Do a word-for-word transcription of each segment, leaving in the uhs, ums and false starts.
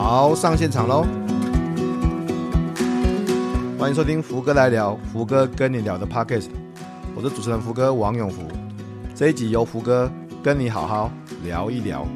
好，上现场喽！欢迎收听福哥来聊，福哥跟你聊的 Podcast， 我是主持人福哥王永福。这一集由福哥跟你好好聊一聊。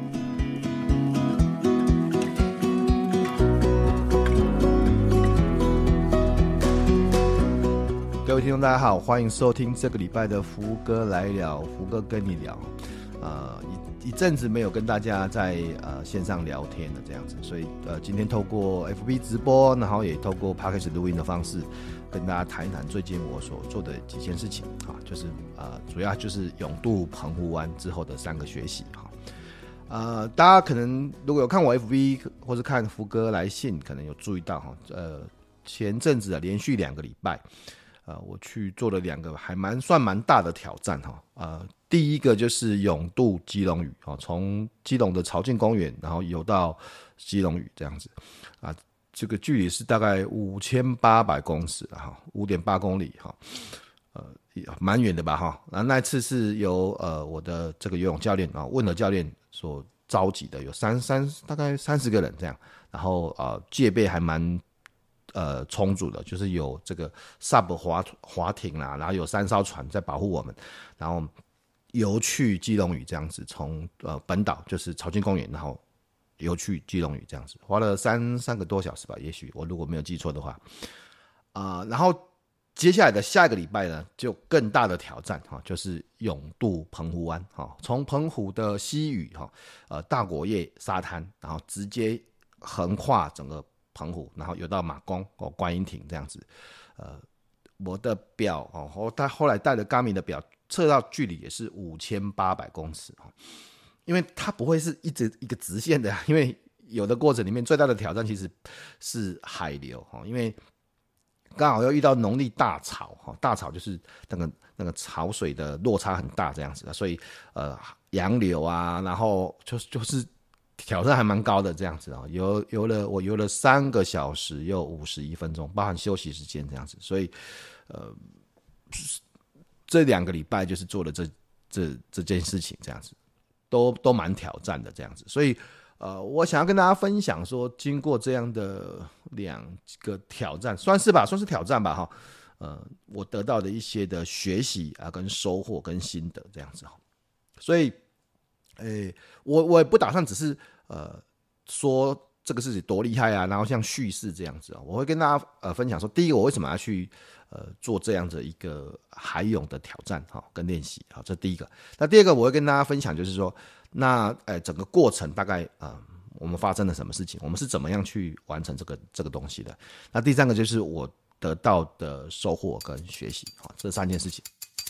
各位听众大家好，欢迎收听这个礼拜的福哥来聊，福哥跟你聊。呃，一一阵子没有跟大家在呃线上聊天了，这样子，所以呃今天透过 F B 直播，然后也透过 Podcast 录音的方式，跟大家谈一谈最近我所做的几件事情啊，就是呃主要就是泳渡澎湖湾之后的三个学习哈。呃，大家可能如果有看我 F B 或是看福哥来信，可能有注意到哈，呃前阵子啊连续两个礼拜。呃，我去做了两个还蛮算蛮大的挑战哈。呃，第一个就是泳渡基隆屿哦，从基隆的潮境公园，然后游到基隆屿这样子啊，这个距离是大概五千八百公尺哈，五点八公里哈，呃，蛮远的吧哈。那那一次是由呃我的这个游泳教练啊，问了教练所召集的，有三三大概三十个人这样，然后呃戒备还蛮。呃，充足的，就是有这个 sub 滑滑艇啦，然后有三艘船在保护我们，然后游去基隆屿这样子，从呃本岛就是潮境公园，然后游去基隆屿这样子，花了三三个多小时吧，也许我如果没有记错的话，啊、呃，然后接下来的下一个礼拜呢，就更大的挑战哈，就是泳渡澎湖湾哈，从澎湖的西屿哈，呃大果叶沙滩，然后直接横跨整个。澎湖，然后游到马公哦，观音亭这样子，呃，我的表哦，我后来带了 Garmin 的表，测到距离也是五千八百公尺哦，因为它不会是一直一个直线的，因为有的过程里面最大的挑战其实是海流哦，因为刚好要遇到农历大潮哈，大潮就是那个那个潮水的落差很大这样子，所以呃洋流啊，然后就就是。挑战还蛮高的这样子啊、哦，游游了我游了三个小时又五十一分钟，包含休息时间这样子，所以呃这两个礼拜就是做了这这这件事情这样子，都都蛮挑战的这样子，所以呃我想要跟大家分享说，经过这样的两个挑战，算是吧，算是挑战吧哈，呃我得到的一些的学习啊跟收获跟心得这样子哈，所以。诶，我我也不打算只是呃说这个事情多厉害啊，然后像叙事这样子啊、哦，我会跟大家呃分享说，第一个我为什么要去呃做这样的一个海泳的挑战哈、哦、跟练习好，这第一个。那第二个我会跟大家分享就是说，那呃整个过程大概啊、呃、我们发生了什么事情，我们是怎么样去完成这个这个东西的。那第三个就是我得到的收获跟学习好、哦、这三件事情。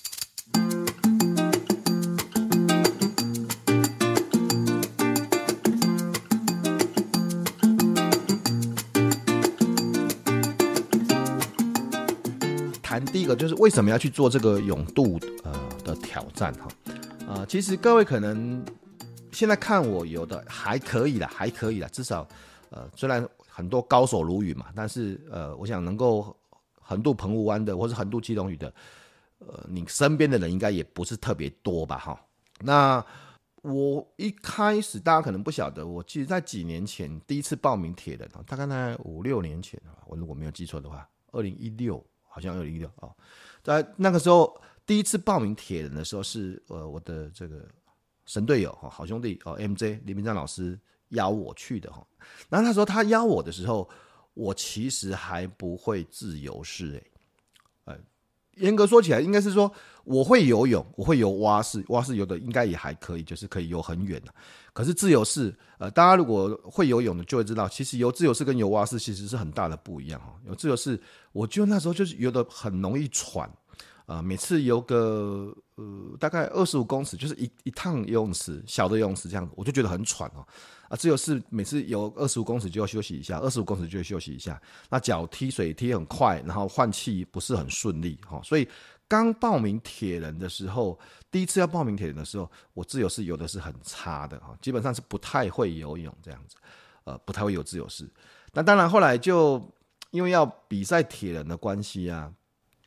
谈第一个就是为什么要去做这个泳渡呃的挑战哈，呃，其实各位可能现在看我游的还可以啦，还可以啦，至少呃虽然很多高手如云嘛，但是呃我想能够横渡澎湖湾的或是横渡基隆屿的，呃你身边的人应该也不是特别多吧哈。那我一开始大家可能不晓得，我记得在几年前第一次报名铁人，大概在五六年前，我如果没有记错的话，二零一六。好像二零一六哦，在那个时候第一次报名铁人的时候是呃我的这个神队友好兄弟哦 M J 李明章老师邀我去的哈。然后那时候他邀我的时候，我其实还不会自由式哎，严格说起来应该是说我会游泳，我会游蛙式，蛙式游的应该也还可以，就是可以游很远的。可是自由式，呃，大家如果会游泳的就会知道，其实游自由式跟游蛙式其实是很大的不一样哈。游自由式，我就那时候就是游的很容易喘，啊、呃，每次游个呃大概二十五公尺，就是一一趟游泳池，小的游泳池这样，我就觉得很喘哦。啊，自由式每次游二十五公尺就要休息一下，二十五公尺就要休息一下，那脚踢水踢很快，然后换气不是很顺利哈，所以。刚报名铁人的时候，第一次要报名铁人的时候，我自由式游的是很差的哈，基本上是不太会游泳这样子，呃，不太会游自由式。那当然后来就因为要比赛铁人的关系啊，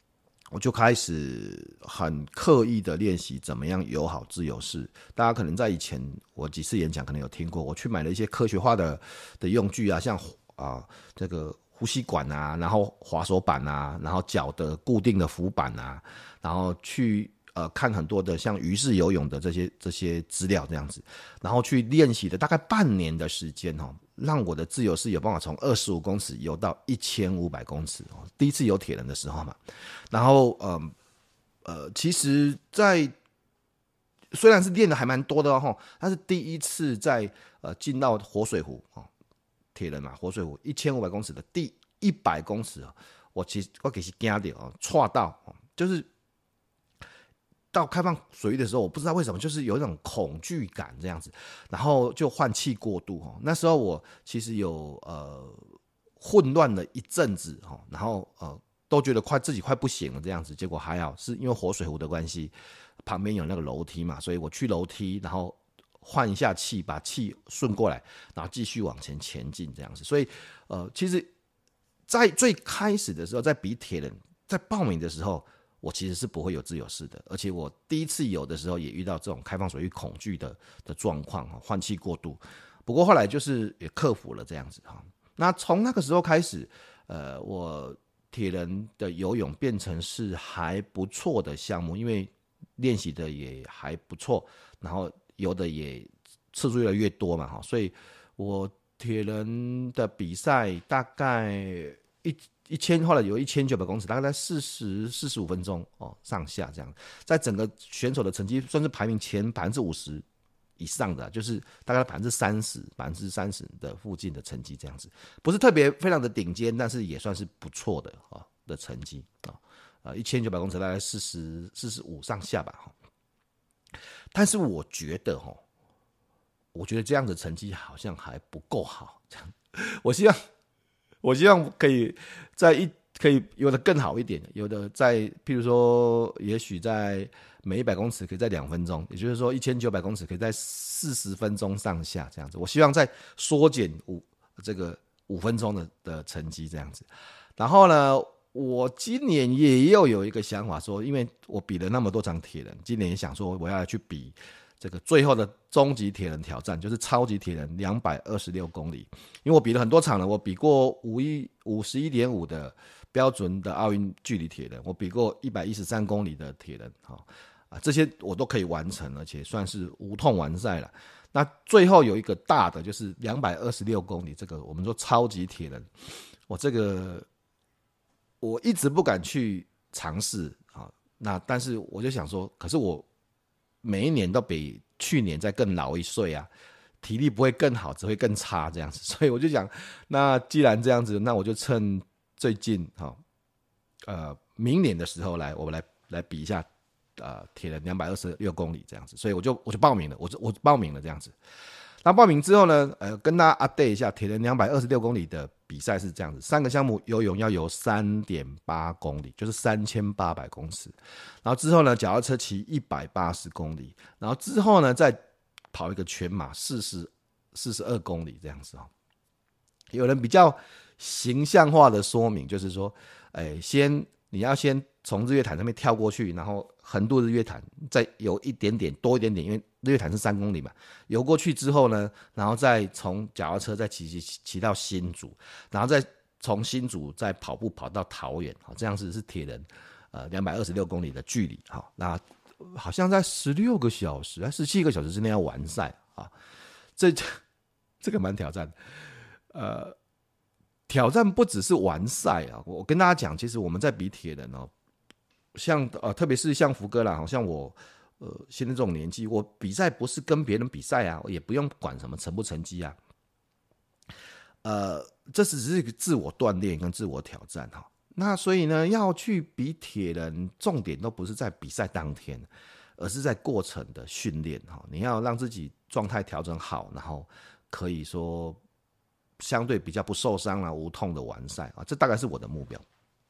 我就开始很刻意的练习怎么样游好自由式。大家可能在以前我几次演讲可能有听过，我去买了一些科学化的的用具啊，像啊这个呼吸管啊，然后滑手板啊，然后脚的固定的浮板啊，然后去呃看很多的像鱼式游泳的这些这些资料这样子，然后去练习的大概半年的时间哦，让我的自由式有办法从二十五公尺游到一千五百公尺哦，第一次游铁人的时候嘛。然后呃呃，其实在虽然是练的还蛮多的哦，但是第一次在呃进到活水湖哦，铁人嘛，活水湖一千五百公尺的第一百公尺哦，我其实我其实惊到哦，错到哦，就是到开放水域的时候，我不知道为什么就是有一种恐惧感这样子，然后就换气过度哦。那时候我其实有呃混乱了一阵子哦，然后呃。都觉得快自己快不行了这样子，结果还好是因为活水湖的关系，旁边有那个楼梯嘛，所以我去楼梯，然后换一下气，把气顺过来，然后继续往前前进这样子。所以呃，其实，在最开始的时候，在比铁人在报名的时候，我其实是不会有自由式的，而且我第一次有的时候也遇到这种开放水域恐惧的的状况，换气过度。不过后来就是也克服了这样子哈。那从那个时候开始，呃，我。铁人的游泳变成是还不错的项目，因为练习的也还不错，然后游的也次数越来越多嘛，所以我铁人的比赛大概一一千，后来有一千九百公尺，大概在四十四十五分钟哦上下这样，在整个选手的成绩算是排名前百分之五十。以上的就是大概百分之三十、百分之三十的附近的成绩这样子，不是特别非常的顶尖，但是也算是不错的啊、哦、的成绩啊，呃，一千九百公尺大概四十四十五上下吧哈。但是我觉得哈，我觉得这样的成绩好像还不够好，这样，我希望我希望可以在一可以游得更好一点，有的在譬如说，也许在。每一百公尺可以在两分钟，也就是说一千九百公尺可以在四十分钟上下这样子。我希望再缩减五这个五分钟 的, 的成绩这样子。然后呢，我今年也又有一个想法说，因为我比了那么多场铁人，今年也想说我要来去比这个最后的终极铁人挑战，就是超级铁人两百二十六公里。因为我比了很多场了，我比过五十一点五的标准的奥运距离铁人，我比过一百一十三公里的铁人，好。啊，这些我都可以完成，而且算是无痛完赛了。那最后有一个大的，就是两百二十六公里，这个我们说超级铁人，我这个我一直不敢去尝试啊。那但是我就想说，可是我每一年都比去年再更老一岁啊，体力不会更好，只会更差这样子。所以我就想，那既然这样子，那我就趁最近哈，呃，明年的时候来，我们来来比一下。呃，铁人两百二十六公里这样子，所以我就我就报名了，我就我报名了这样子。那报名之后呢，呃，跟大家 update 一下，铁人两百二十六公里的比赛是这样子：三个项目，游泳要游 三点八公里，就是三千八百公尺。然后之后呢，脚踏车骑一百八十公里，然后之后呢，再跑一个全马四十四十二公里这样子哦。有人比较形象化的说明，就是说，哎，先你要先从日月潭上面跳过去，然后横渡日月潭，再游一点点多一点点，因为日月潭是三公里嘛，游过去之后呢，然后再从脚踏车再骑骑骑到新竹，然后再从新竹再跑步跑到桃园，这样子是铁人呃两百二十六公里的距离，好，那好像在十六个小时还十七个小时之内要完赛啊，这这个蛮挑战，呃，挑战不只是完赛啊，我跟大家讲，其实我们在比铁人哦。像呃，特别是像福哥啦，好像我呃现在这种年纪，我比赛不是跟别人比赛啊，也不用管什么成不成绩啊，呃，这只是一个自我锻炼跟自我挑战哈。那所以呢，要去比铁人，重点都不是在比赛当天，而是在过程的训练哈。你要让自己状态调整好，然后可以说相对比较不受伤啦，无痛的完赛啊，这大概是我的目标。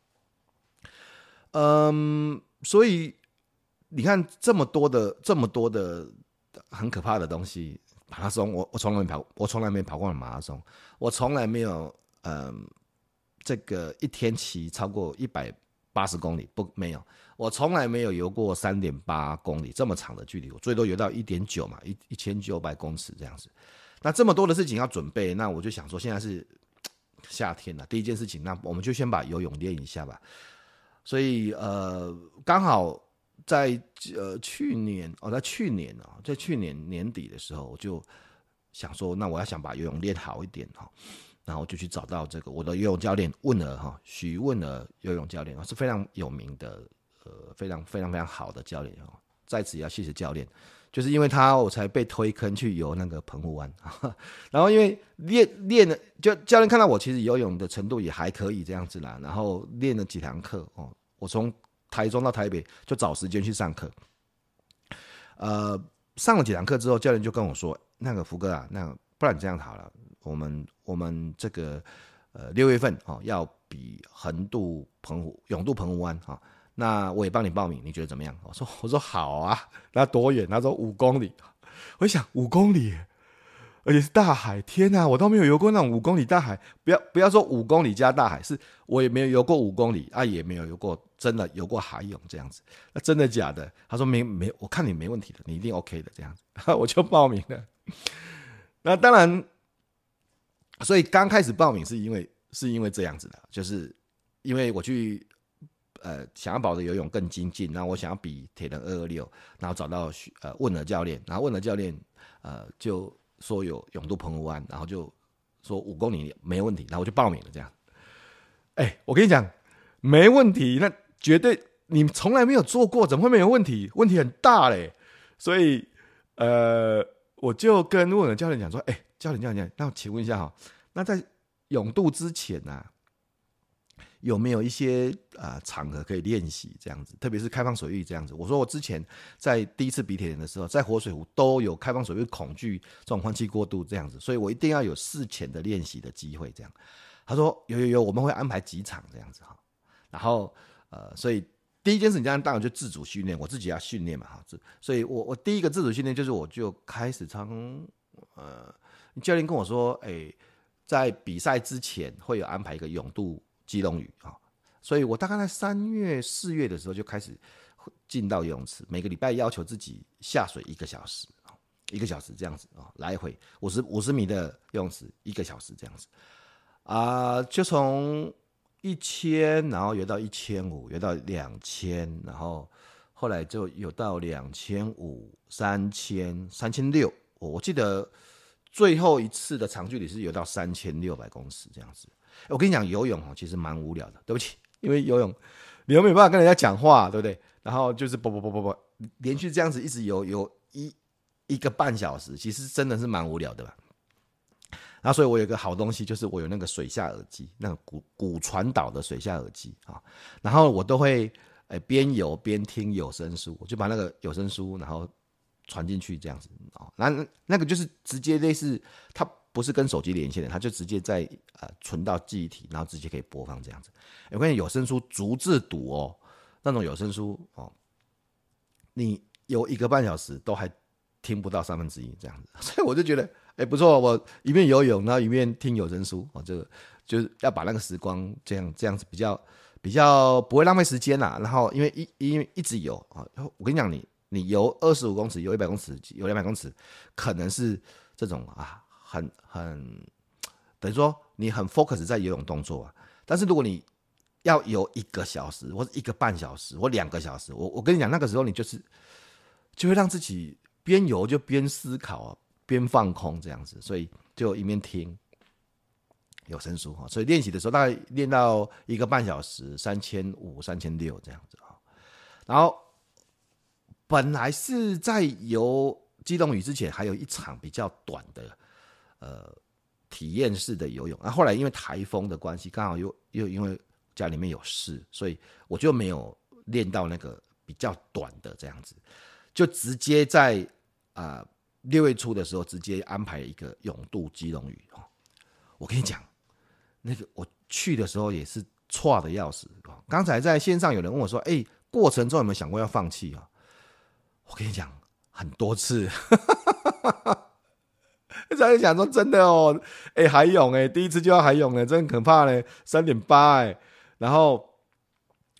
嗯，所以你看这么多的这么多的很可怕的东西，马拉松我我从来没跑，我从来没跑过马拉松，我从来没有嗯这个一天骑超过一百八十公里，不没有，我从来没有游过三点八公里这么长的距离，我最多游到一点九嘛，一一千九百公尺这样子。那这么多的事情要准备，那我就想说，现在是夏天了，第一件事情，那我们就先把游泳练一下吧。所以呃，刚好在呃去年哦，在去年哦，在去年年底的时候，我就想说，那我要想把游泳练好一点哈。然后就去找到这个我的游泳教练问儿哈，许问儿游泳教练是非常有名的，呃，非常非常非常好的教练哦，在此也要谢谢教练，就是因为他我才被推坑去游那个澎湖湾，然后因为练练了，就教练看到我其实游泳的程度也还可以这样子啦，然后练了几堂课哦，我从台中到台北就找时间去上课，呃，上了几堂课之后，教练就跟我说，那个福哥啊，那个不然你这样好了。我们我们这个呃六月份哦要比横渡澎湖泳渡澎湖湾哈、哦，那我也帮你报名，你觉得怎么样？我说我说好啊，那多远？他说五公里，我一想五公里，而且是大海，天哪，我都没有游过那种五公里大海，不要不要说五公里加大海，是我也没有游过五公里啊，也没有游过真的游过海泳这样子，那真的假的？他说没没，我看你没问题的，你一定 OK 的这样子，我就报名了。那当然。所以刚开始报名是因为是因为这样子的，就是因为我去呃想要把我的游泳更精进，然后我想要比铁人二二六，然后找到呃问儿教练，然后问儿教练呃就说有泳渡澎湖湾，然后就说五公里没问题，然后我就报名了这样。哎，我跟你讲没问题，那绝对你从来没有做过，怎么会没有问题？问题很大嘞，所以呃我就跟问儿教练讲说，哎。教练，教练，那我请问一下哈，那在泳渡之前啊，有没有一些呃场合可以练习这样子？特别是开放水域这样子。我说我之前在第一次比铁人的时候，在活水湖都有开放水域恐惧这种换气过度这样子，所以我一定要有事前的练习的机会这样。他说有有有，我们会安排几场这样子哈。然后呃，所以第一件事情当然就自主训练，我自己要训练嘛哈。所以我我第一个自主训练就是我就开始从呃。教练跟我说，哎、欸，在比赛之前会有安排一个泳渡基隆屿啊，所以我大概在三月、四月的时候就开始进到游泳池，每个礼拜要求自己下水一个小时，一个小时这样子啊，来回五十五十米的游泳池一个小时这样子啊，就从一千，然后游到一千五，游到两千，然后后来就有到两千五、三千、三千六，我记得。最后一次的长距离是游到三千六百公尺这样子。我跟你讲，游泳其实蛮无聊的，对不起，因为游泳你又没有办法跟人家讲话，对不对？然后就是啵啵啵啵啵，连续这样子一直游游一一个半小时，其实真的是蛮无聊的吧。然后所以我有一个好东西，就是我有那个水下耳机，那个骨骨传导的水下耳机啊，然后我都会诶边游边听有声书，我就把那个有声书然后。传进去这样子哦，那那个就是直接类似，它不是跟手机连线的，它就直接在呃存到记忆体，然后直接可以播放这样子。我跟你有声书逐字读哦，那种有声书哦，你有一个半小时都还听不到三分之一这样子，所以我就觉得哎、欸、不错，我一面游泳，然后一面听有声书哦，这个就是要把那个时光这样这样子比较比较不会浪费时间啦。然后因为一因为一直游啊，我跟你讲你。你游二十五公尺，游一百公尺，游两百公尺，可能是这种啊，很很等于说你很 focus 在游泳动作啊。但是如果你要游一个小时，或者一个半小时，或两个小时，我我跟你讲，那个时候你就是就会让自己边游就边思考啊，边放空这样子，所以就一面听有声书哈。所以练习的时候大概练到一个半小时，三千五、三千六这样子啊，然后。本来是在游基隆屿之前，还有一场比较短的呃体验式的游泳。啊，后来因为台风的关系，刚好又又因为家里面有事，所以我就没有练到那个比较短的这样子，就直接在啊六、呃、月初的时候直接安排一个泳渡基隆屿。我跟你讲，那个我去的时候也是挫的要死。刚才在线上有人问我说：“哎、欸，过程中有没有想过要放弃啊？”我跟你讲很多次，在想说真的哦，哎、欸，海泳哎、欸，第一次就要海泳了，真可怕嘞，三点八哎。然后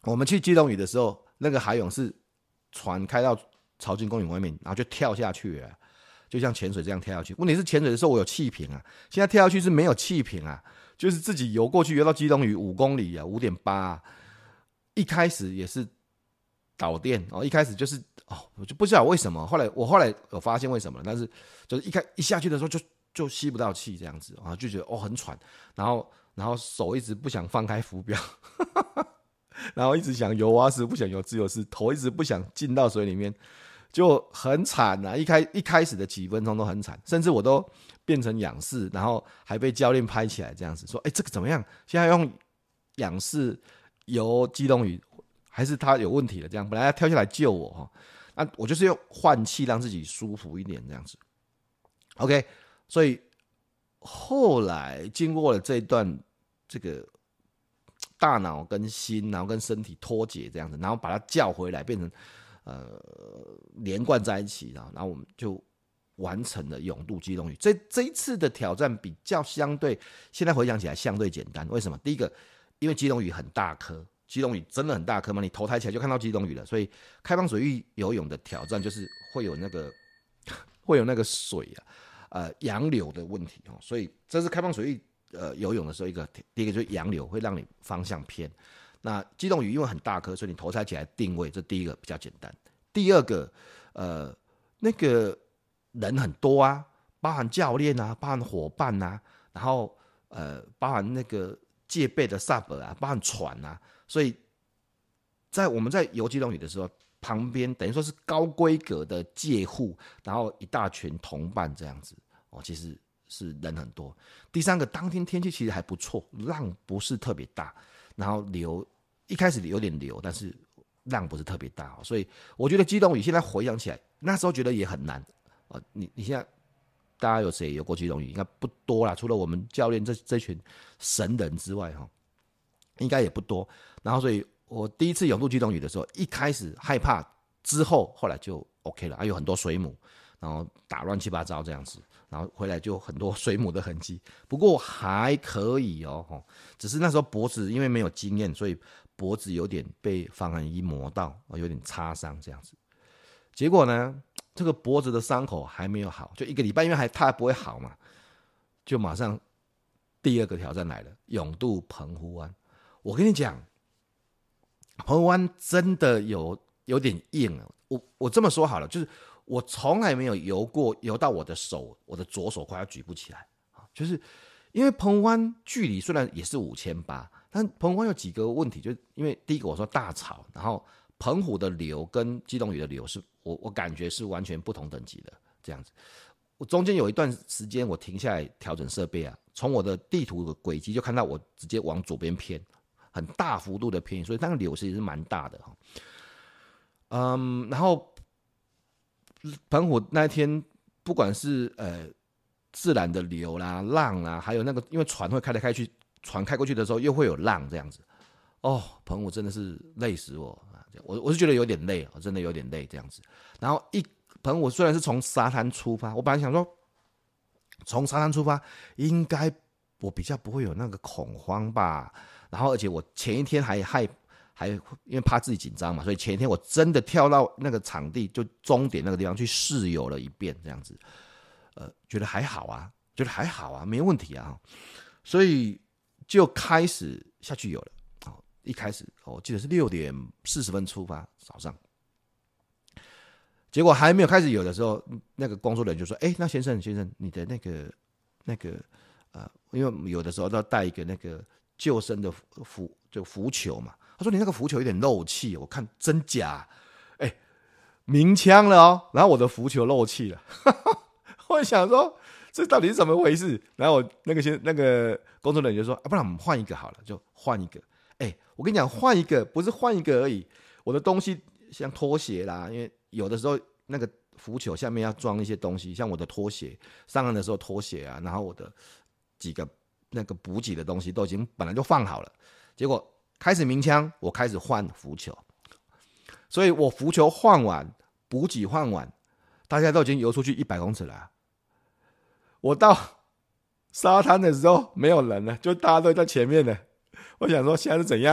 我们去基隆屿的时候，那个海泳是船开到潮境公园外面，然后就跳下去了，就像潜水这样跳下去。问题是潜水的时候我有气瓶啊，现在跳下去是没有气瓶啊，就是自己游过去，游到基隆屿五公里啊，五点八啊。一开始也是导电哦，一开始就是哦，我就不知道为什么，后来我后来有发现为什么，但是就是一开一下去的时候就就吸不到气这样子啊，就觉得哦很喘，然后然后手一直不想放开浮标，然后一直想游蛙式，不想游自由式，头一直不想进到水里面，就很惨啊！一开一开始的几分钟都很惨，甚至我都变成仰视，然后还被教练拍起来这样子说：“哎，这个怎么样？现在用仰视游基隆屿，还是他有问题了？这样本来要跳下来救我哈，那我就是用换气让自己舒服一点这样子。OK， 所以后来经过了这一段这个。”大脑跟心，然后跟身体脱节这样子，然后把它叫回来，变成呃连贯在一起，然后然后我们就完成了泳渡基隆屿。这这一次的挑战比较相对，现在回想起来相对简单。为什么？第一个，因为基隆屿很大颗，基隆屿真的很大颗嘛，你头抬起来就看到基隆屿了，所以开放水域游泳的挑战就是会有那个会有那个水啊，呃洋流的问题哦，所以这是开放水域。呃，游泳的时候，一个第一个就是洋流会让你方向偏。那基隆屿因为很大颗，所以你头抬起来定位，这第一个比较简单。第二个，呃，那个人很多啊，包含教练啊，包含伙伴啊，然后呃，包含那个戒备的 sub 啊，包含船啊，所以在我们在游基隆屿的时候，旁边等于说是高规格的戒护，然后一大群同伴这样子哦，其实。是人很多。第三个，当天天气其实还不错，浪不是特别大，然后流一开始有点流，但是浪不是特别大，所以我觉得基隆屿现在回想起来，那时候觉得也很难啊。你你现在大家有谁游过基隆屿？应该不多啦，除了我们教练这这群神人之外，哈，应该也不多。然后，所以我第一次泳渡基隆屿的时候，一开始害怕，之后后来就 OK 了，还有很多水母。然后打乱七八糟这样子，然后回来就很多水母的痕迹，不过还可以哦，只是那时候脖子因为没有经验，所以脖子有点被防寒衣磨到，有点擦伤这样子。结果呢，这个脖子的伤口还没有好，就一个礼拜，因为还它还不会好嘛，就马上第二个挑战来了，泳渡澎湖湾。我跟你讲，澎湖湾真的有有点硬了。我我这么说好了，就是。我从来没有游过，游到我的手，我的左手快要举不起来，就是因为澎湖湾距离虽然也是五千八，但澎湖湾有几个问题，就是因为第一个我说大潮，然后澎湖的流跟基隆屿的流是我我感觉是完全不同等级的这样子。我中间有一段时间我停下来调整设备啊，从我的地图的轨迹就看到我直接往左边偏，很大幅度的偏移，所以那个流其实是蛮大的哈。嗯，然后。澎湖那一天，不管是呃自然的流啦、浪啦，还有那个因为船会开来开去，船开过去的时候又会有浪这样子。哦，澎湖真的是累死我，我我是觉得有点累，真的有点累这样子。然后一澎湖虽然是从沙滩出发，我本来想说从沙滩出发应该我比较不会有那个恐慌吧。然后而且我前一天还害。还因为怕自己紧张嘛，所以前一天我真的跳到那个场地，就终点那个地方去试游了一遍，这样子，呃，觉得还好啊，觉得还好啊，没问题啊，所以就开始下去游了。哦，一开始我记得是六点四十分出发，早上，结果还没有开始游的时候，那个工作人员就说：“哎，那先生先生，你的那个那个呃，因为有的时候都要带一个那个救生的浮就浮球嘛。”他说：“你那个浮球有点漏气，我看真假，哎、欸，鸣枪了哦。然后我的浮球漏气了，我想说这到底是怎么回事？然后我那个先那个工作人员就说：啊，不然我们换一个好了，就换一个。哎、欸，我跟你讲，换一个不是换一个而已，我的东西像拖鞋啦，因为有的时候那个浮球下面要装一些东西，像我的拖鞋，上岸的时候拖鞋啊，然后我的几个那个补给的东西都已经本来就放好了，结果。”开始鸣枪，我开始换浮球，所以我浮球换完，补给换完，大家都已经游出去一百公尺了、啊。我到沙滩的时候没有人了，就大家都在前面了。我想说现在是怎样？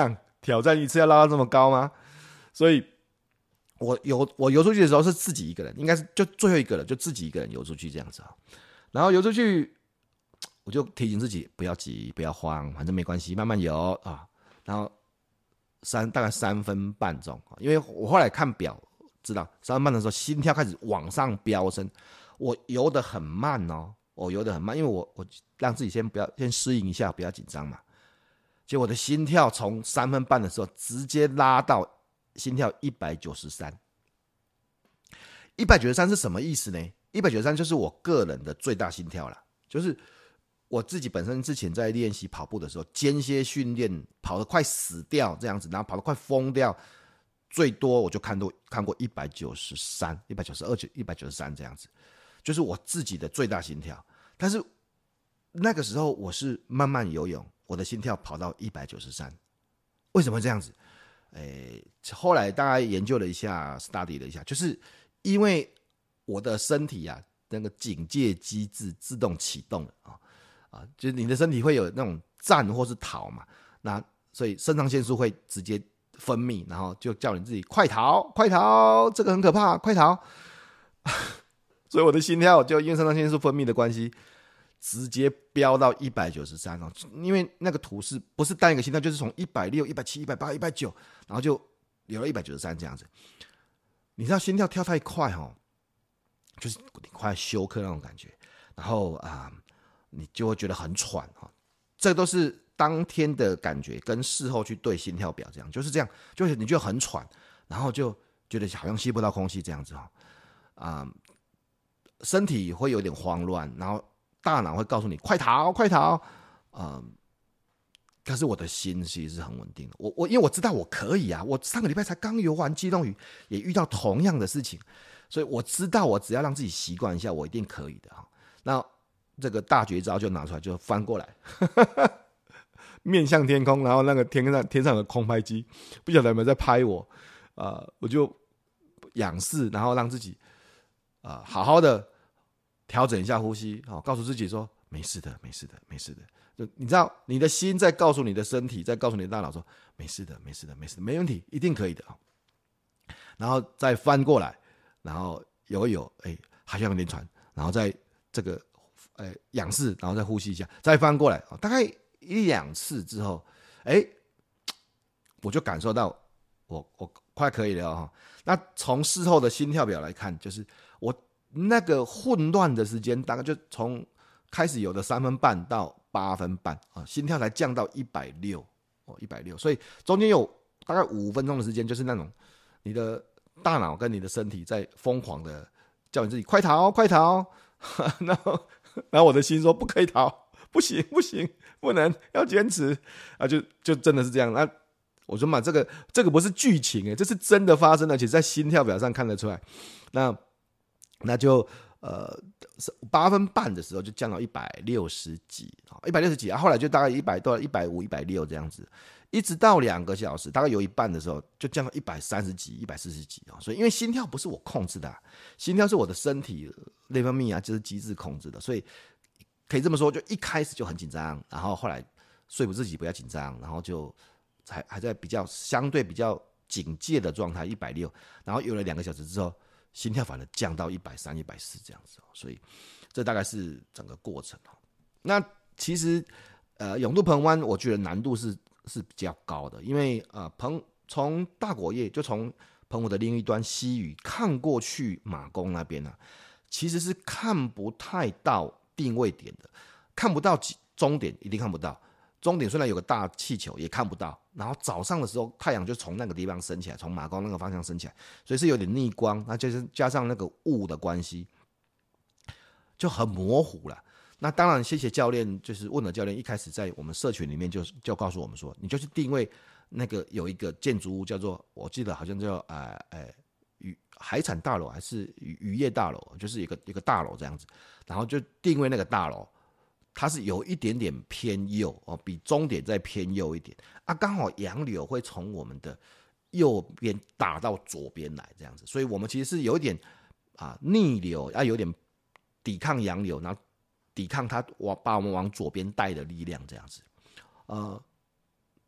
挑战一次要拉到这么高吗？所以我游我游出去的时候是自己一个人，应该是就最后一个了，就自己一个人游出去这样子啊。然后游出去，我就提醒自己不要急，不要慌，反正没关系，慢慢游啊。然后三大概三分半钟，因为我后来看表知道三分半的时候心跳开始往上飙升，我游得很慢哦，我游得很慢，因为我我让自己先不要先适应一下，不要紧张嘛。结果我的心跳从三分半的时候直接拉到心跳一百九十三，一百九十三是什么意思呢？一百九十三就是我个人的最大心跳啦，就是我自己本身之前在练习跑步的时候，间歇训练跑得快死掉这样子，然后跑得快疯掉，最多我就看过看过一百九十三、一百九十二、一百九十三这样子，就是我自己的最大心跳。但是那个时候我是慢慢游泳，我的心跳跑到一百九十三，为什么会这样子？诶，后来大概研究了一下 ，study 了一下，就是因为我的身体啊，那个警戒机制自动启动了啊。啊，就是你的身体会有那种战或是逃嘛，那所以肾上腺素会直接分泌，然后就叫你自己快逃，快逃，这个很可怕，快逃。所以我的心跳就因为肾上腺素分泌的关系，直接飙到一百九十三哦。因为那个图是不是单一个心跳，就是从一百六、一百七、一百八、一百九，然后就有了一百九十三这样子。你知道心跳跳太快哦，就是你快休克那种感觉，然后啊。呃你就会觉得很喘，这都是当天的感觉，跟事后去对心跳表这样，就是这样，就是你就很喘，然后就觉得好像吸不到空气这样子哈，啊、嗯，身体会有点慌乱，然后大脑会告诉你快逃，快逃，嗯，可是我的心其实是很稳定的，我我因为我知道我可以啊，我上个礼拜才刚游完基隆屿，也遇到同样的事情，所以我知道我只要让自己习惯一下，我一定可以的哈。那这个大绝招就拿出来，就翻过来，面向天空，然后那个天上天上有空拍机，不晓得有没有在拍我，呃，我就仰视，然后让自己啊、呃、好好的调整一下呼吸，好、哦，告诉自己说没事的，没事的，没事的。就你知道，你的心在告诉你的身体，在告诉你的大脑说没事的，没事的，没事的，没问题，一定可以的、哦、然后再翻过来，然后游一游，哎，好像有点喘，然后再这个。呃，仰视，然后再呼吸一下，再翻过来，大概一两次之后，哎，我就感受到我我快可以了哈。那从事后的心跳表来看，就是我那个混乱的时间，大概就从开始有的三分半到八分半啊，心跳才降到一百六哦，一百六，所以中间有大概五分钟的时间，就是那种你的大脑跟你的身体在疯狂的叫你自己快逃，快逃，然后。然后我的心说不可以逃，不行不行，不能，要坚持啊！就就真的是这样。那我说嘛，这个这个不是剧情哎，这是真的发生的，而且在心跳表上看得出来。那那就呃八分半的时候就降到一百六十几，一百六十几啊，后来就大概一百多、一百五、一百六这样子，一直到两个小时，大概有一半的时候就降到一百三十几、一百四十几啊。所以因为心跳不是我控制的、啊，心跳是我的身体内分泌啊，就是机制控制的，所以可以这么说，就一开始就很紧张，然后后来说服自己不要紧张，然后就还还在比较相对比较警戒的状态，一百六，然后有了两个小时之后。心跳反而降到一百三、一百四这样子，所以这大概是整个过程。那其实呃，永渡澎湾我觉得难度是是比较高的，因为呃，澎从大果叶就从澎湖的另一端西屿看过去马公那边啊，其实是看不太到定位点的，看不到终点，一定看不到。终点虽然有个大气球，也看不到。然后早上的时候，太阳就从那个地方升起来，从马公那个方向升起来，所以是有点逆光。那就是加上那个雾的关系，就很模糊了。那当然，谢谢教练，就是问了教练，一开始在我们社群里面就就告诉我们说，你就去定位那个有一个建筑物，叫做我记得好像叫呃呃渔海产大楼还是渔渔业大楼，就是一个一个大楼这样子，然后就定位那个大楼。它是有一点点偏右哦，比终点再偏右一点啊，刚好洋流会从我们的右边打到左边来这样子，所以我们其实是有一点啊逆流啊，有点抵抗洋流，然后抵抗它往把我们往左边带的力量这样子。呃，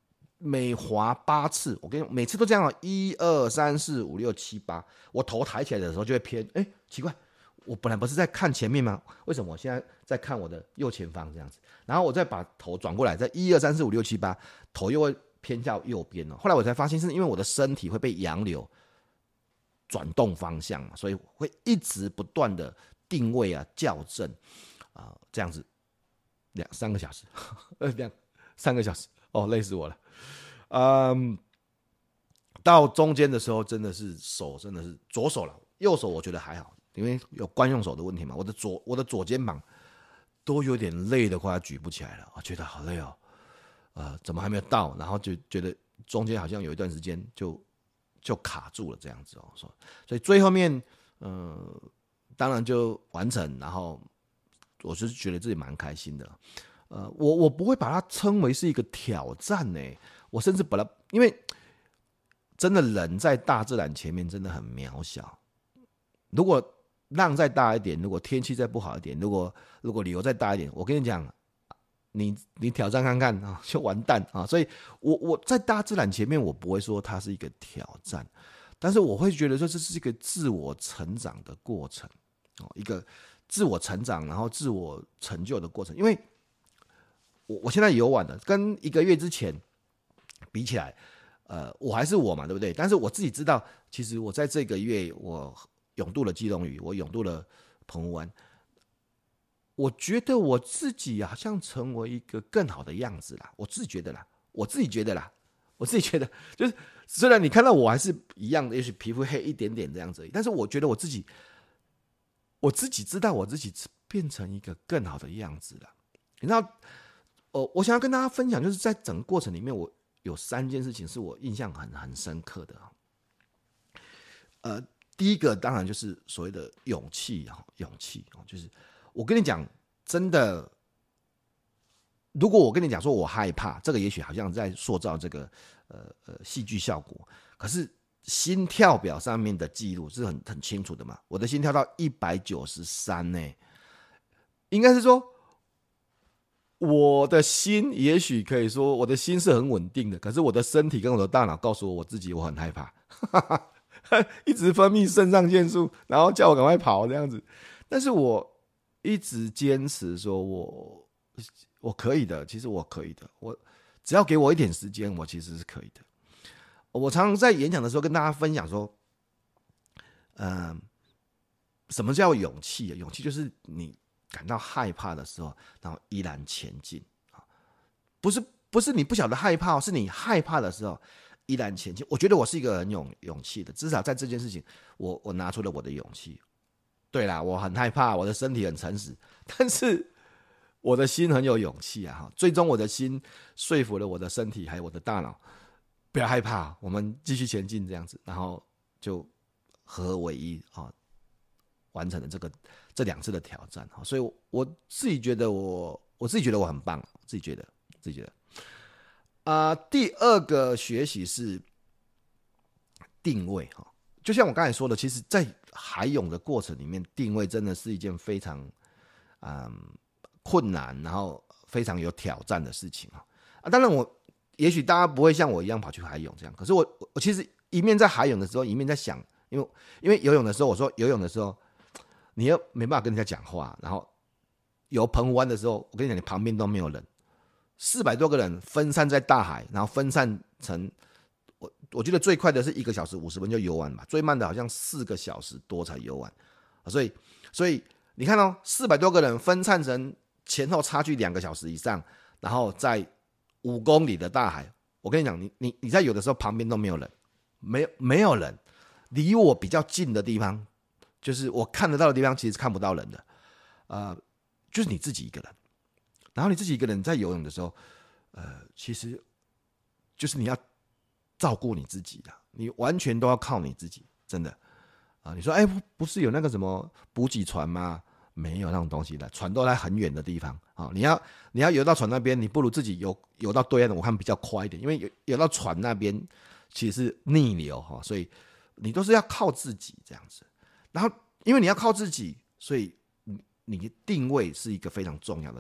每滑八次，我跟你每次都这样，一二三四五六七八，我头抬起来的时候就会偏，哎，奇怪，我本来不是在看前面吗？为什么我现在在看我的右前方这样子？然后我再把头转过来，在一二三四五六七八，头又会偏向右边了。后来我才发现，是因为我的身体会被洋流转动方向嘛，所以会一直不断的定位啊、校正啊、呃，这样子两三个小时，呃，两三个小时，哦，累死我了。嗯，到中间的时候，真的是手真的是左手了，右手我觉得还好。因为有惯用手的问题嘛，我的左我的左肩膀都有点累的，快要举不起来了，我觉得好累哦，呃，怎么还没有到？然后就觉得中间好像有一段时间就就卡住了这样子哦，所以最后面，呃，当然就完成，然后我就是觉得自己蛮开心的，呃，我我不会把它称为是一个挑战呢，我甚至把它，因为真的人在大自然前面真的很渺小，如果浪再大一点，如果天气再不好一点，如果如果理由再大一点，我跟你讲，你你挑战看看啊，就完蛋啊！所以我我在大自然前面，我不会说它是一个挑战，但是我会觉得说这是一个自我成长的过程，一个自我成长然后自我成就的过程。因为我我现在游玩了，跟一个月之前比起来，呃，我还是我嘛，对不对？但是我自己知道，其实我在这个月我泳渡了基隆屿，我泳渡了澎湖湾，我觉得我自己好像成为一个更好的样子啦，我自己觉得啦，我自己觉得啦，我自己觉得，就是虽然你看到我还是一样的，也许皮肤黑一点点这样子而已，但是我觉得我自己，我自己知道我自己变成一个更好的样子了。你知道，呃，我想要跟大家分享，就是在整个过程里面，我有三件事情是我印象很很深刻的，呃。第一个当然就是所谓的勇气，勇气就是我跟你讲，真的，如果我跟你讲说我害怕，这个也许好像在塑造这个呃呃戏剧效果，可是心跳表上面的记录是很很清楚的嘛，我的心跳到一百九十三呢，应该是说我的心也许可以说我的心是很稳定的，可是我的身体跟我的大脑告诉我我自己我很害怕。一直分泌肾上腺素，然后叫我赶快跑这样子，但是我一直坚持说我我可以的，其实我可以的，我只要给我一点时间，我其实是可以的。我常常在演讲的时候跟大家分享说，嗯，什么叫勇气？勇气就是你感到害怕的时候，然后依然前进，不是不是你不晓得害怕，是你害怕的时候。依然前进，我觉得我是一个很勇勇气的，至少在这件事情，我我拿出了我的勇气。对啦，我很害怕，我的身体很诚实，但是我的心很有勇气啊！最终我的心说服了我的身体还有我的大脑，不要害怕，我们继续前进这样子，然后就合而为一啊，完成了这个这两次的挑战。所以我，我自己觉得我我自己觉得我很棒，自己觉得自己觉得。啊、呃，第二个学习是定位哈，就像我刚才说的，其实，在海泳的过程里面，定位真的是一件非常嗯困难，然后非常有挑战的事情啊。当然我，我也许大家不会像我一样跑去海泳这样，可是我我其实一面在海泳的时候，一面在想，因为因为游泳的时候，我说游泳的时候，你又没办法跟人家讲话，然后游澎湖湾的时候，我跟你讲，你旁边都没有人。四百多个人分散在大海，然后分散成我我觉得最快的是一个小时五十分就游完吧，最慢的好像四个小时多才游完，所以所以你看哦，四百多个人分散成前后差距两个小时以上，然后在五公里的大海，我跟你讲，你你你在游的时候旁边都没有人，没有没有人，离我比较近的地方，就是我看得到的地方，其实是看不到人的，呃，就是你自己一个人。然后你自己一个人在游泳的时候，呃，其实就是你要照顾你自己的，你完全都要靠你自己，真的啊！你说，哎，不是有那个什么补给船吗？没有那种东西的，船都在很远的地方啊！你要你要游到船那边，你不如自己游游到对岸的，我看比较快一点，因为游游到船那边其实是逆流哈，所以你都是要靠自己这样子。然后因为你要靠自己，所以你的定位是一个非常重要的。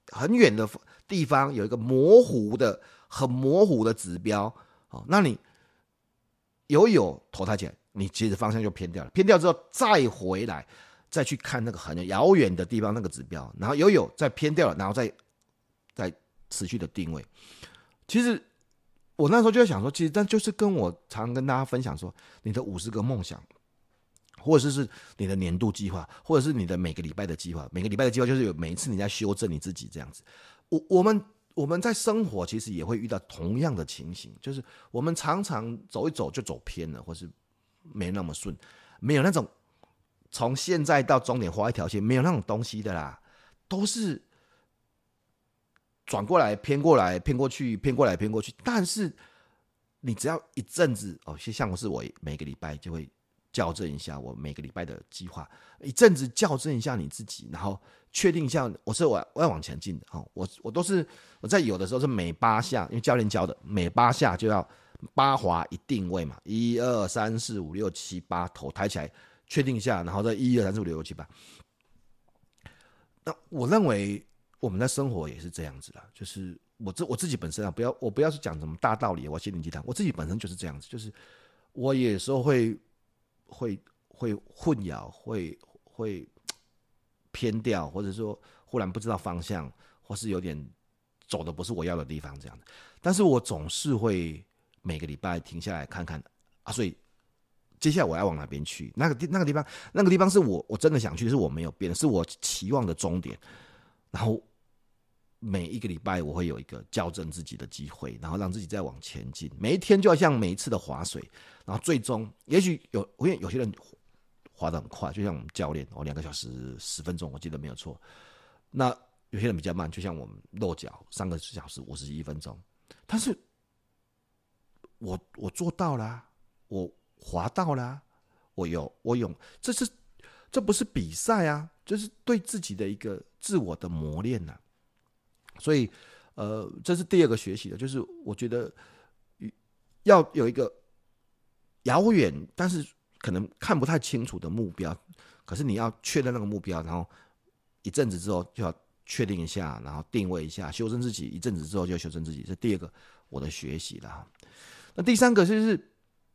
很远的地方有一个模糊的、很模糊的指标，哦，那你游泳头抬起来，你其实方向就偏掉了，偏掉之后再回来，再去看那个很遥远的地方那个指标，然后游泳再偏掉了，然后再再持续的定位。其实我那时候就在想说，其实但就是跟我常跟大家分享说，你的五十个梦想，或者是你的年度计划，或者是你的每个礼拜的计划，每个礼拜的计划就是有每一次你在修正你自己这样子。我我们我们在生活其实也会遇到同样的情形，就是我们常常走一走就走偏了，或是没那么顺，没有那种从现在到终点画一条线，没有那种东西的啦，都是转过来偏过来偏过去偏过来偏过去。但是你只要一阵子哦，像我是我每个礼拜就会校正一下我每个礼拜的计划，一阵子校正一下你自己，然后确定一下我是我要往前进的。我我都是我在有的时候是每八下，因为教练教的，每八下就要八滑一定位嘛，一二三四五六七八，头抬起来确定一下，然后再一二三四五六七八。那我认为我们在生活也是这样子啦，就是我这我自己本身啊，不要我不要是讲什么大道理，我心灵鸡汤，我自己本身就是这样子，就是我有时候会会会混淆，会会偏掉，或者说忽然不知道方向，或是有点走的不是我要的地方这样的。但是我总是会每个礼拜停下来看看啊，所以接下来我要往哪边去？那个那个地方，那个地方是我我真的想去，是我没有变的，是我期望的终点。然后每一个礼拜我会有一个校正自己的机会，然后让自己再往前进。每一天就要像每一次的划水，然后最终也许有，因为有些人划得很快，就像我们教练哦，两个小时十分钟，我记得没有错。那有些人比较慢，就像我们落脚三个小时五十一分钟。但是我我做到啦，我划到啦，我有我有，这是这不是比赛啊，这是对自己的一个自我的磨练呐。所以，呃，这是第二个学习的，就是我觉得要有一个遥远但是可能看不太清楚的目标，可是你要确认那个目标，然后一阵子之后就要确定一下，然后定位一下，修正自己，一阵子之后就修正自己，这是第二个我的学习了。那第三个就是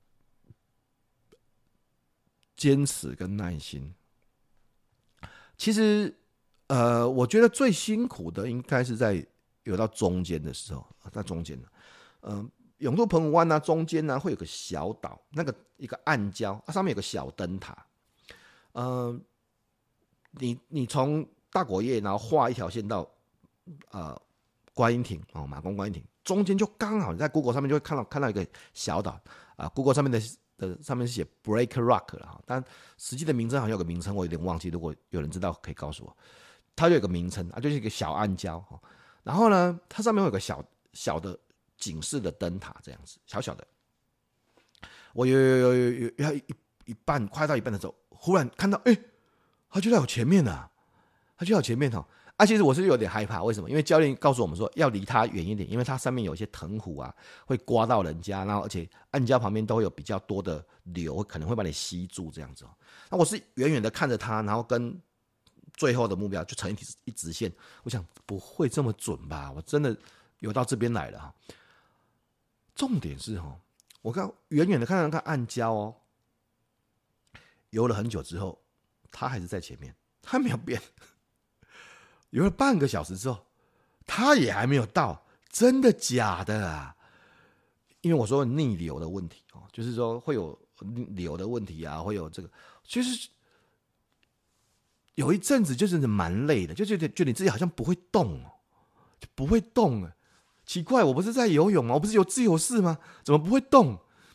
坚持跟耐心。其实呃，我觉得最辛苦的应该是在有到中间的时候，在中间呃，永渡澎湖湾啊，中间呢、啊、会有个小岛，那个一个暗礁，啊、上面有个小灯塔。呃，你你从大果叶，然后画一条线到呃观音亭哦，马公观音亭中间就刚好，你在 Google 上面就会看到看到一个小岛啊、呃、，Google 上面的的上面是写 Break Rock 了哈，但实际的名称好像有个名称，我有点忘记，如果有人知道可以告诉我。它就有个名称啊，就是一个小暗礁，然后呢，它上面会有个小小的警示的灯塔，这样子小小的。我有有有有有要一一半快到一半的时候，忽然看到，哎、欸，它就在我前面啊，它就在我前面哈。啊，其实我是有点害怕，为什么？因为教练告诉我们说要离它远一点，因为它上面有一些藤壶啊，会刮到人家，然后而且暗礁旁边都会有比较多的流，可能会把你吸住这样子。那我是远远的看着它，然后跟最后的目标就成一直线，我想不会这么准吧？我真的游到这边来了哈。重点是哈，我看远远的看到那个暗礁哦，游了很久之后，他还是在前面，他没有变。游了半个小时之后，他也还没有到，真的假的啊？因为我说逆流的问题哦，就是说会有流的问题啊，会有这个，其实。有一阵子就是蛮累的，就觉得觉得你自己好像不会动哦，就不会动了。奇怪，我不是在游泳吗？我不是有自由式吗？怎么不会动？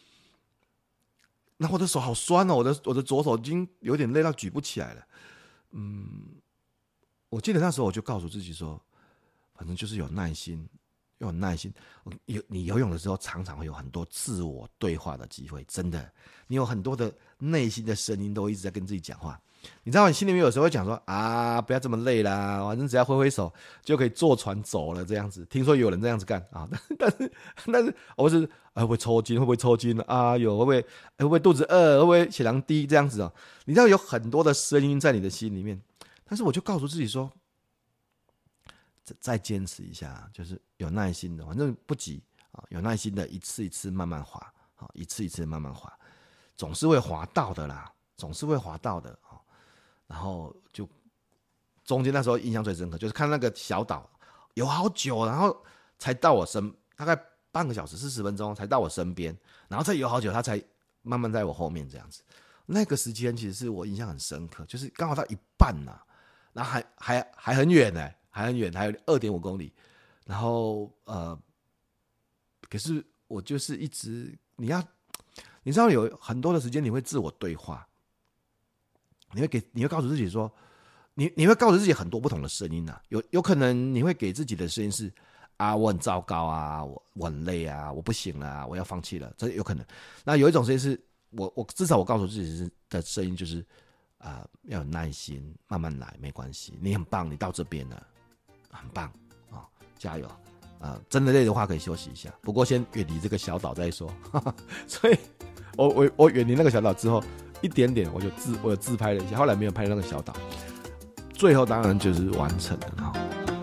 那我的手好酸哦，我的我的左手已经有点累到举不起来了。嗯，我记得那时候我就告诉自己说，反正就是有耐心，要有耐心。你游泳的时候常常会有很多自我对话的机会，真的，你有很多的内心的声音都一直在跟自己讲话。你知道你心里面有时候会讲说啊，不要这么累啦，反正只要挥挥手就可以坐船走了这样子。听说有人这样子干啊，但是但是我是啊，会不会抽筋？会不会抽筋啊？有会不会会不会肚子饿？会不会血糖低？这样子哦，你知道有很多的声音在你的心里面，但是我就告诉自己说， 再坚持一下，就是有耐心的，反正不急啊，有耐心的一次一次慢慢滑啊，一次一次慢慢滑，总是会滑到的啦，总是会滑到的啊。然后就中间那时候印象最深刻，就是看那个小岛游好久，然后才到我身，大概半个小时四十分钟才到我身边，然后再游好久，它才慢慢在我后面这样子。那个时间其实是我印象很深刻，就是刚好到一半呐、啊，然后还还还很远呢、欸，还很远，还有 二点五公里。然后呃，可是我就是一直你要，你知道有很多的时间你会自我对话，你会给你会告诉自己说，你你会告诉自己很多不同的声音啊，有有可能你会给自己的声音是啊，我很糟糕啊，我我很累啊，我不行了、啊，我要放弃了，这有可能。那有一种声音是。我我至少我告诉自己的声音就是啊、呃，要有耐心，慢慢来，没关系，你很棒，你到这边了，很棒啊、哦，加油啊、呃！真的累的话可以休息一下，不过先远离这个小岛再说。哈哈，所以我我我远离那个小岛之后，一点点我就自我有自拍了一下，后来没有拍那个小岛，最后当然就是完成了哈。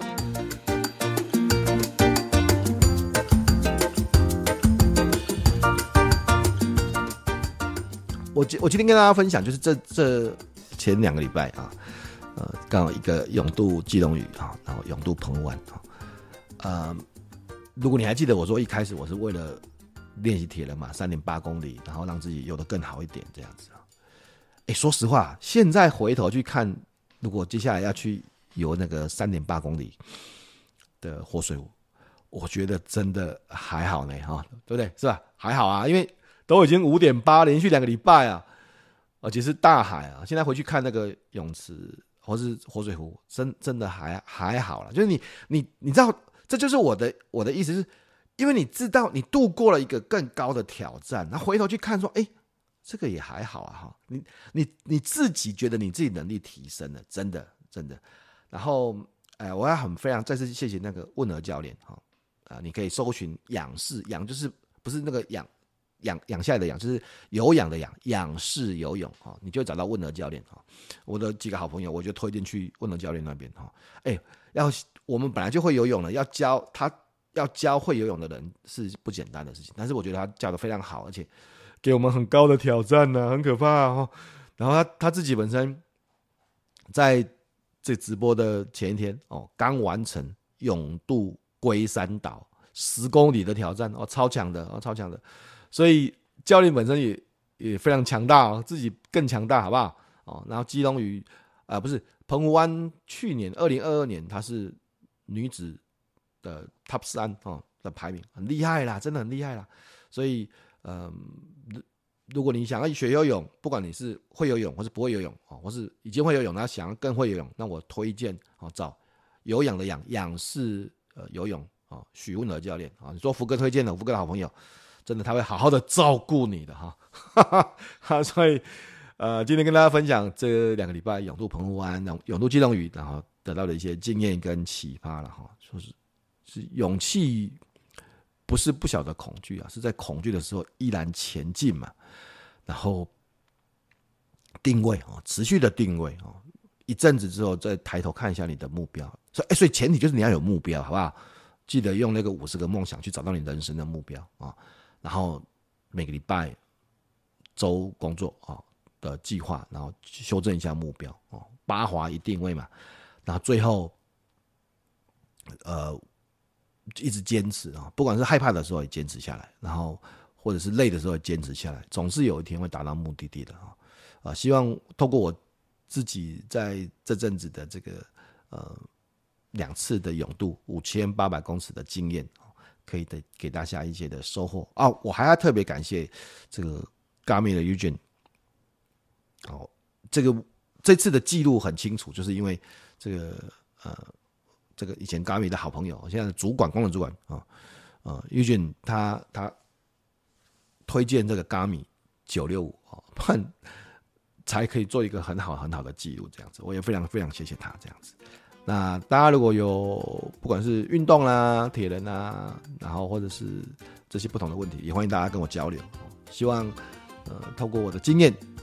我我今天跟大家分享，就是这这前两个礼拜啊，呃，刚好一个泳渡基隆屿啊，然后泳渡澎湖湾啊，呃，如果你还记得我说一开始我是为了练习铁人嘛，三点八公里，然后让自己游得更好一点这样子啊。哎，说实话，现在回头去看，如果接下来要去游那个三点八公里的活水湖，我觉得真的还好呢，哈，对不对？是吧？还好啊，因为。都已经五点八，连续两个礼拜啊，而且是大海啊。现在回去看那个泳池或是活水湖，真真的还还好啦。就是你你你知道，这就是我的我的意思是，因为你知道你度过了一个更高的挑战，然后回头去看说，哎，这个也还好啊哈。你你你自己觉得你自己能力提升了，真的真的。然后，哎，我要很非常再次谢谢那个问儿教练哈啊，你可以搜寻仰视仰就是不是那个仰。仰仰下来的仰就是有氧的仰，仰式游泳哈，你就会找到问儿教练哈。我的几个好朋友，我就推荐去问儿教练那边哈。哎，要我们本来就会游泳了，要教他要教会游泳的人是不简单的事情，但是我觉得他教得非常好，而且给我们很高的挑战呢、啊，很可怕哈。然后他他自己本身在这直播的前一天哦，刚完成泳渡龟山岛十公里的挑战哦，超强的哦，超强的。所以教练本身也也非常强大哦，自己更强大，好不好？哦，然后基隆屿啊、呃，不是澎湖湾，去年二零二二年它是女子的 top 三哦的排名，很厉害啦，真的很厉害啦。所以，嗯、呃，如果你想要学游泳，不管你是会游泳或是不会游泳哦，或是已经会游泳，然后想要更会游泳，那我推荐哦找有氧的氧仰式呃游泳哦，许问儿教练啊、哦，你说福哥推荐的，福哥的好朋友。真的，他会好好的照顾你的哈，所以呃，今天跟大家分享这两个礼拜泳渡澎湖湾、泳渡基隆屿，然后得到的一些经验跟启发了哈。说是是勇气，不是不晓得恐惧啊，是在恐惧的时候依然前进嘛。然后定位哦，持续的定位哦，一阵子之后再抬头看一下你的目标。所以，欸、所以前提就是你要有目标，好不好？记得用那个五十个梦想去找到你人生的目标啊。然后每个礼拜周工作啊的计划，然后修正一下目标哦，八滑一定位嘛，然后最后呃一直坚持啊，不管是害怕的时候也坚持下来，然后或者是累的时候也坚持下来，总是有一天会达到目的地的啊。啊，希望透过我自己在这阵子的这个呃两次的泳渡五千八百公尺的经验。可以的给大家一些的收获啊！我还要特别感谢这个 Garmin 的 Eugene， 哦，这个这次的记录很清楚，就是因为这个呃，这个以前 Garmin 的好朋友，现在的主管工程主管啊，呃 Eugene 他他推荐这个 Garmin 九六五啊，不然才可以做一个很好很好的记录，这样子，我也非常非常谢谢他这样子。那大家如果有不管是运动啦、铁人啦，然后或者是这些不同的问题，也欢迎大家跟我交流。希望呃透过我的经验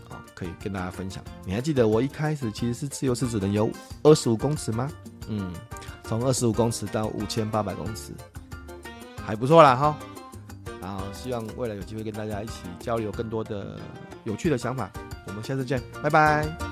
啊，可以跟大家分享。你还记得我一开始其实是自由式只能有二十五公尺吗？嗯，从二十五公尺到五千八百公尺，还不错啦哈。然后希望未来有机会跟大家一起交流更多的有趣的想法。我们下次见，拜拜。